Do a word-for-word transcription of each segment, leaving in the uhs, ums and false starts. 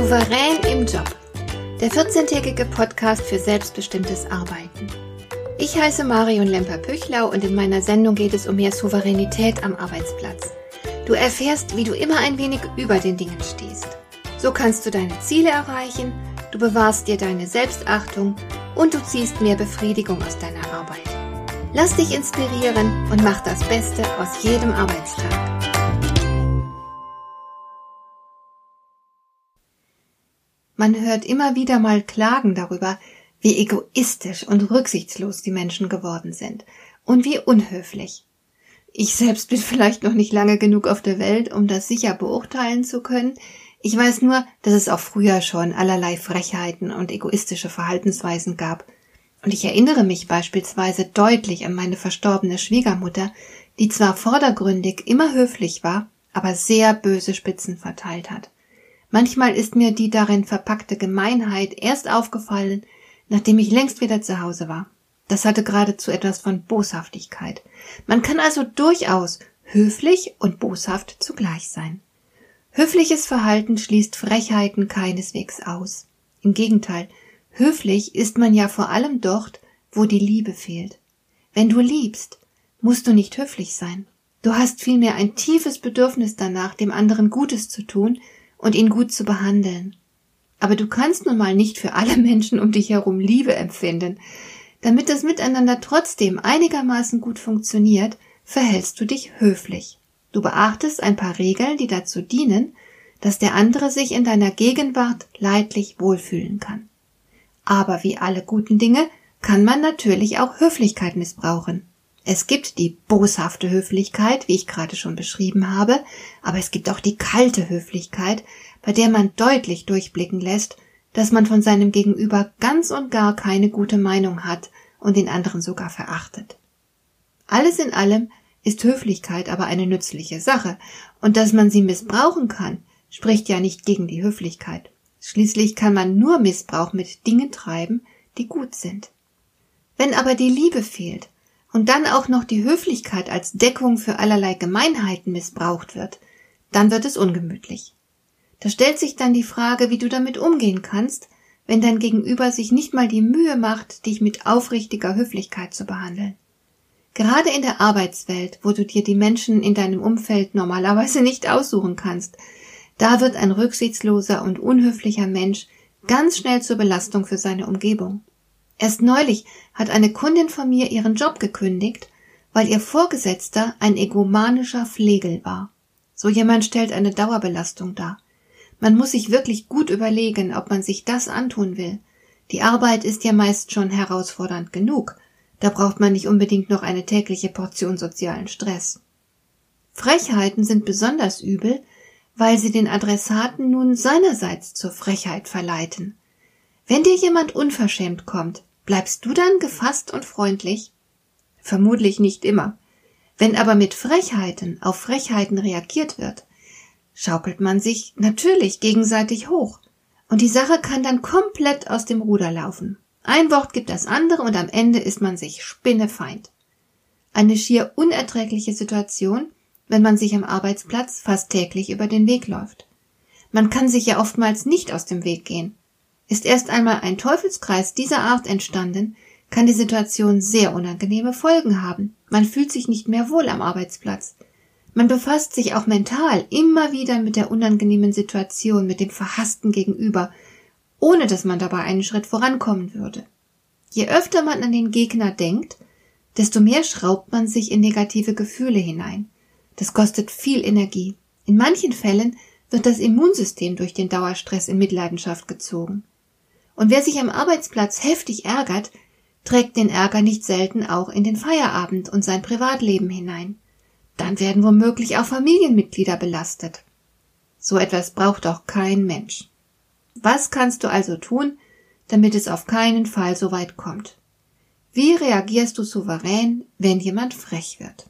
Souverän im Job. Der vierzehntägige Podcast für selbstbestimmtes Arbeiten. Ich heiße Marion Lemper-Püchlau und in meiner Sendung geht es um mehr Souveränität am Arbeitsplatz. Du erfährst, wie du immer ein wenig über den Dingen stehst. So kannst du deine Ziele erreichen, du bewahrst dir deine Selbstachtung und du ziehst mehr Befriedigung aus deiner Arbeit. Lass dich inspirieren und mach das Beste aus jedem Arbeitstag. Man hört immer wieder mal Klagen darüber, wie egoistisch und rücksichtslos die Menschen geworden sind und wie unhöflich. Ich selbst bin vielleicht noch nicht lange genug auf der Welt, um das sicher beurteilen zu können. Ich weiß nur, dass es auch früher schon allerlei Frechheiten und egoistische Verhaltensweisen gab. Und ich erinnere mich beispielsweise deutlich an meine verstorbene Schwiegermutter, die zwar vordergründig immer höflich war, aber sehr böse Spitzen verteilt hat. Manchmal ist mir die darin verpackte Gemeinheit erst aufgefallen, nachdem ich längst wieder zu Hause war. Das hatte geradezu etwas von Boshaftigkeit. Man kann also durchaus höflich und boshaft zugleich sein. Höfliches Verhalten schließt Frechheiten keineswegs aus. Im Gegenteil, höflich ist man ja vor allem dort, wo die Liebe fehlt. Wenn du liebst, musst du nicht höflich sein. Du hast vielmehr ein tiefes Bedürfnis danach, dem anderen Gutes zu tun und ihn gut zu behandeln. Aber du kannst nun mal nicht für alle Menschen um dich herum Liebe empfinden. Damit das Miteinander trotzdem einigermaßen gut funktioniert, verhältst du dich höflich. Du beachtest ein paar Regeln, die dazu dienen, dass der andere sich in deiner Gegenwart leidlich wohlfühlen kann. Aber wie alle guten Dinge kann man natürlich auch Höflichkeit missbrauchen. Es gibt die boshafte Höflichkeit, wie ich gerade schon beschrieben habe, aber es gibt auch die kalte Höflichkeit, bei der man deutlich durchblicken lässt, dass man von seinem Gegenüber ganz und gar keine gute Meinung hat und den anderen sogar verachtet. Alles in allem ist Höflichkeit aber eine nützliche Sache, und dass man sie missbrauchen kann, spricht ja nicht gegen die Höflichkeit. Schließlich kann man nur Missbrauch mit Dingen treiben, die gut sind. Wenn aber die Liebe fehlt und dann auch noch die Höflichkeit als Deckung für allerlei Gemeinheiten missbraucht wird, dann wird es ungemütlich. Da stellt sich dann die Frage, wie du damit umgehen kannst, wenn dein Gegenüber sich nicht mal die Mühe macht, dich mit aufrichtiger Höflichkeit zu behandeln. Gerade in der Arbeitswelt, wo du dir die Menschen in deinem Umfeld normalerweise nicht aussuchen kannst, da wird ein rücksichtsloser und unhöflicher Mensch ganz schnell zur Belastung für seine Umgebung. Erst neulich hat eine Kundin von mir ihren Job gekündigt, weil ihr Vorgesetzter ein egomanischer Flegel war. So jemand stellt eine Dauerbelastung dar. Man muss sich wirklich gut überlegen, ob man sich das antun will. Die Arbeit ist ja meist schon herausfordernd genug. Da braucht man nicht unbedingt noch eine tägliche Portion sozialen Stress. Frechheiten sind besonders übel, weil sie den Adressaten nun seinerseits zur Frechheit verleiten. Wenn dir jemand unverschämt kommt, bleibst du dann gefasst und freundlich? Vermutlich nicht immer. Wenn aber mit Frechheiten auf Frechheiten reagiert wird, schaukelt man sich natürlich gegenseitig hoch. Und die Sache kann dann komplett aus dem Ruder laufen. Ein Wort gibt das andere und am Ende ist man sich spinnefeind. Eine schier unerträgliche Situation, wenn man sich am Arbeitsplatz fast täglich über den Weg läuft. Man kann sich ja oftmals nicht aus dem Weg gehen. Ist erst einmal ein Teufelskreis dieser Art entstanden, kann die Situation sehr unangenehme Folgen haben. Man fühlt sich nicht mehr wohl am Arbeitsplatz. Man befasst sich auch mental immer wieder mit der unangenehmen Situation, mit dem verhassten Gegenüber, ohne dass man dabei einen Schritt vorankommen würde. Je öfter man an den Gegner denkt, desto mehr schraubt man sich in negative Gefühle hinein. Das kostet viel Energie. In manchen Fällen wird das Immunsystem durch den Dauerstress in Mitleidenschaft gezogen. Und wer sich am Arbeitsplatz heftig ärgert, trägt den Ärger nicht selten auch in den Feierabend und sein Privatleben hinein. Dann werden womöglich auch Familienmitglieder belastet. So etwas braucht doch kein Mensch. Was kannst du also tun, damit es auf keinen Fall so weit kommt? Wie reagierst du souverän, wenn jemand frech wird?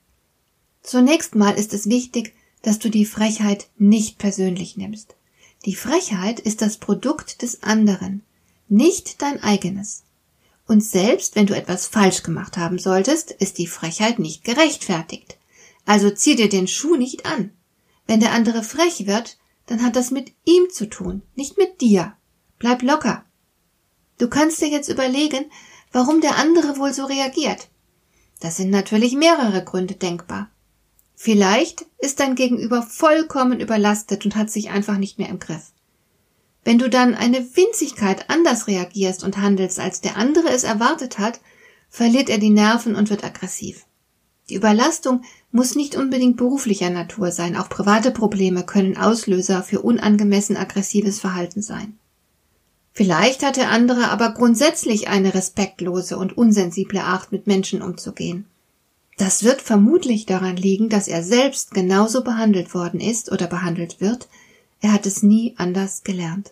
Zunächst mal ist es wichtig, dass du die Frechheit nicht persönlich nimmst. Die Frechheit ist das Produkt des anderen, nicht dein eigenes. Und selbst wenn du etwas falsch gemacht haben solltest, ist die Frechheit nicht gerechtfertigt. Also zieh dir den Schuh nicht an. Wenn der andere frech wird, dann hat das mit ihm zu tun, nicht mit dir. Bleib locker. Du kannst dir jetzt überlegen, warum der andere wohl so reagiert. Das sind natürlich mehrere Gründe denkbar. Vielleicht ist dein Gegenüber vollkommen überlastet und hat sich einfach nicht mehr im Griff. Wenn du dann eine Winzigkeit anders reagierst und handelst, als der andere es erwartet hat, verliert er die Nerven und wird aggressiv. Die Überlastung muss nicht unbedingt beruflicher Natur sein, auch private Probleme können Auslöser für unangemessen aggressives Verhalten sein. Vielleicht hat der andere aber grundsätzlich eine respektlose und unsensible Art, mit Menschen umzugehen. Das wird vermutlich daran liegen, dass er selbst genauso behandelt worden ist oder behandelt wird, er hat es nie anders gelernt.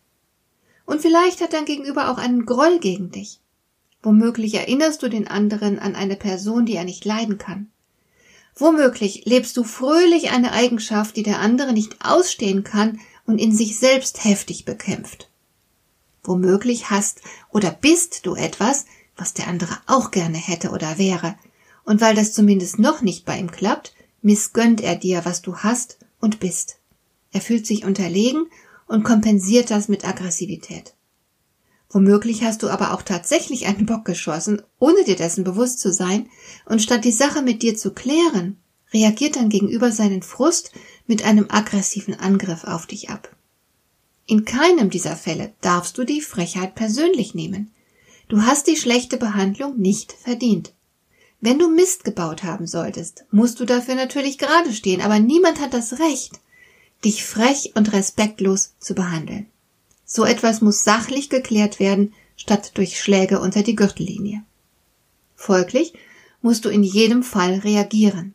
Und vielleicht hat dein Gegenüber auch einen Groll gegen dich. Womöglich erinnerst du den anderen an eine Person, die er nicht leiden kann. Womöglich lebst du fröhlich eine Eigenschaft, die der andere nicht ausstehen kann und in sich selbst heftig bekämpft. Womöglich hast oder bist du etwas, was der andere auch gerne hätte oder wäre. Und weil das zumindest noch nicht bei ihm klappt, missgönnt er dir, was du hast und bist. Er fühlt sich unterlegen und kompensiert das mit Aggressivität. Womöglich hast du aber auch tatsächlich einen Bock geschossen, ohne dir dessen bewusst zu sein, und statt die Sache mit dir zu klären, reagiert dein Gegenüber seinen Frust mit einem aggressiven Angriff auf dich ab. In keinem dieser Fälle darfst du die Frechheit persönlich nehmen. Du hast die schlechte Behandlung nicht verdient. Wenn du Mist gebaut haben solltest, musst du dafür natürlich gerade stehen, aber niemand hat das Recht, dich frech und respektlos zu behandeln. So etwas muss sachlich geklärt werden, statt durch Schläge unter die Gürtellinie. Folglich musst du in jedem Fall reagieren,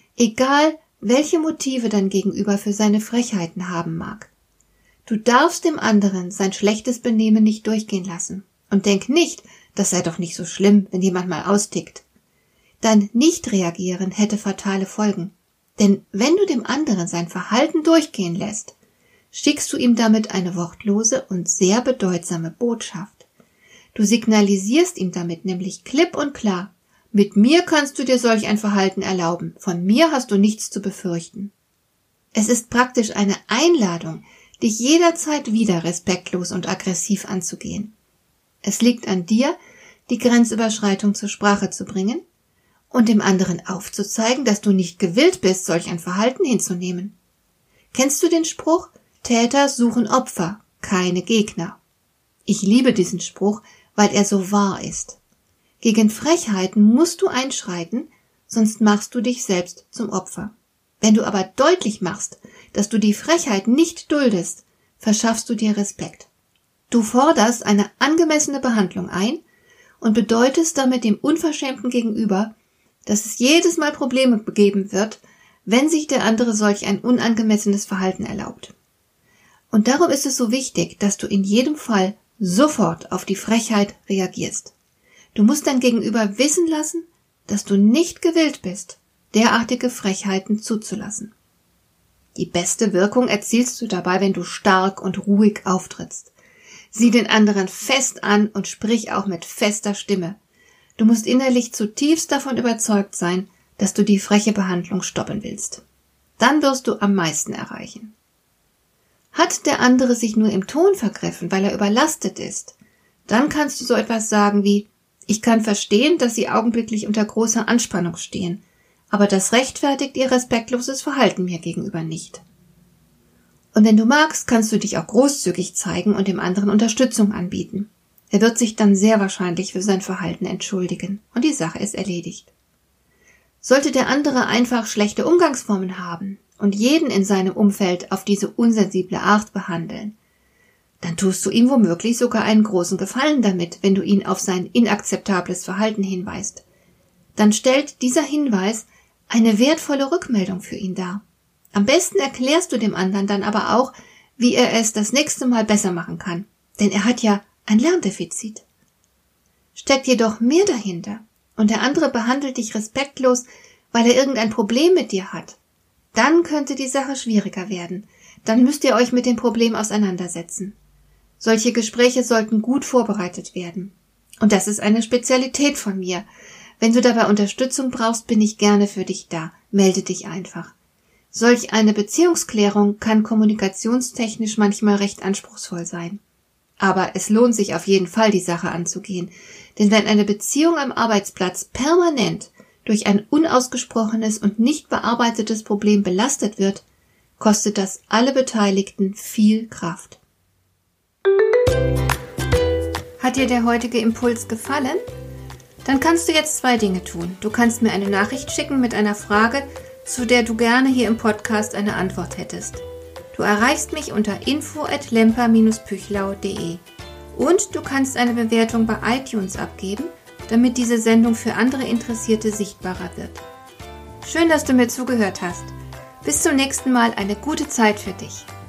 egal welche Motive dein Gegenüber für seine Frechheiten haben mag. Du darfst dem anderen sein schlechtes Benehmen nicht durchgehen lassen und denk nicht, das sei doch nicht so schlimm, wenn jemand mal austickt. Dein Nicht-Reagieren hätte fatale Folgen, denn wenn du dem anderen sein Verhalten durchgehen lässt, schickst du ihm damit eine wortlose und sehr bedeutsame Botschaft. Du signalisierst ihm damit nämlich klipp und klar, mit mir kannst du dir solch ein Verhalten erlauben, von mir hast du nichts zu befürchten. Es ist praktisch eine Einladung, dich jederzeit wieder respektlos und aggressiv anzugehen. Es liegt an dir, die Grenzüberschreitung zur Sprache zu bringen und dem anderen aufzuzeigen, dass du nicht gewillt bist, solch ein Verhalten hinzunehmen. Kennst du den Spruch, Täter suchen Opfer, keine Gegner? Ich liebe diesen Spruch, weil er so wahr ist. Gegen Frechheiten musst du einschreiten, sonst machst du dich selbst zum Opfer. Wenn du aber deutlich machst, dass du die Frechheit nicht duldest, verschaffst du dir Respekt. Du forderst eine angemessene Behandlung ein und bedeutest damit dem Unverschämten gegenüber, dass es jedes Mal Probleme geben wird, wenn sich der andere solch ein unangemessenes Verhalten erlaubt. Und darum ist es so wichtig, dass du in jedem Fall sofort auf die Frechheit reagierst. Du musst dein Gegenüber wissen lassen, dass du nicht gewillt bist, derartige Frechheiten zuzulassen. Die beste Wirkung erzielst du dabei, wenn du stark und ruhig auftrittst. Sieh den anderen fest an und sprich auch mit fester Stimme. Du musst innerlich zutiefst davon überzeugt sein, dass du die freche Behandlung stoppen willst. Dann wirst du am meisten erreichen. Hat der andere sich nur im Ton vergriffen, weil er überlastet ist, dann kannst du so etwas sagen wie, ich kann verstehen, dass Sie augenblicklich unter großer Anspannung stehen, aber das rechtfertigt Ihr respektloses Verhalten mir gegenüber nicht. Und wenn du magst, kannst du dich auch großzügig zeigen und dem anderen Unterstützung anbieten. Er wird sich dann sehr wahrscheinlich für sein Verhalten entschuldigen und die Sache ist erledigt. Sollte der andere einfach schlechte Umgangsformen haben und jeden in seinem Umfeld auf diese unsensible Art behandeln, dann tust du ihm womöglich sogar einen großen Gefallen damit, wenn du ihn auf sein inakzeptables Verhalten hinweist. Dann stellt dieser Hinweis eine wertvolle Rückmeldung für ihn dar. Am besten erklärst du dem anderen dann aber auch, wie er es das nächste Mal besser machen kann, denn er hat ja ein Lerndefizit. Steckt jedoch mehr dahinter und der andere behandelt dich respektlos, weil er irgendein Problem mit dir hat, dann könnte die Sache schwieriger werden. Dann müsst ihr euch mit dem Problem auseinandersetzen. Solche Gespräche sollten gut vorbereitet werden. Und das ist eine Spezialität von mir. Wenn du dabei Unterstützung brauchst, bin ich gerne für dich da. Melde dich einfach. Solch eine Beziehungsklärung kann kommunikationstechnisch manchmal recht anspruchsvoll sein. Aber es lohnt sich auf jeden Fall, die Sache anzugehen. Denn wenn eine Beziehung am Arbeitsplatz permanent durch ein unausgesprochenes und nicht bearbeitetes Problem belastet wird, kostet das alle Beteiligten viel Kraft. Hat dir der heutige Impuls gefallen? Dann kannst du jetzt zwei Dinge tun. Du kannst mir eine Nachricht schicken mit einer Frage, zu der du gerne hier im Podcast eine Antwort hättest. Du erreichst mich unter info at lemper dash püchlau punkt de und du kannst eine Bewertung bei iTunes abgeben, damit diese Sendung für andere Interessierte sichtbarer wird. Schön, dass du mir zugehört hast. Bis zum nächsten Mal, eine gute Zeit für dich.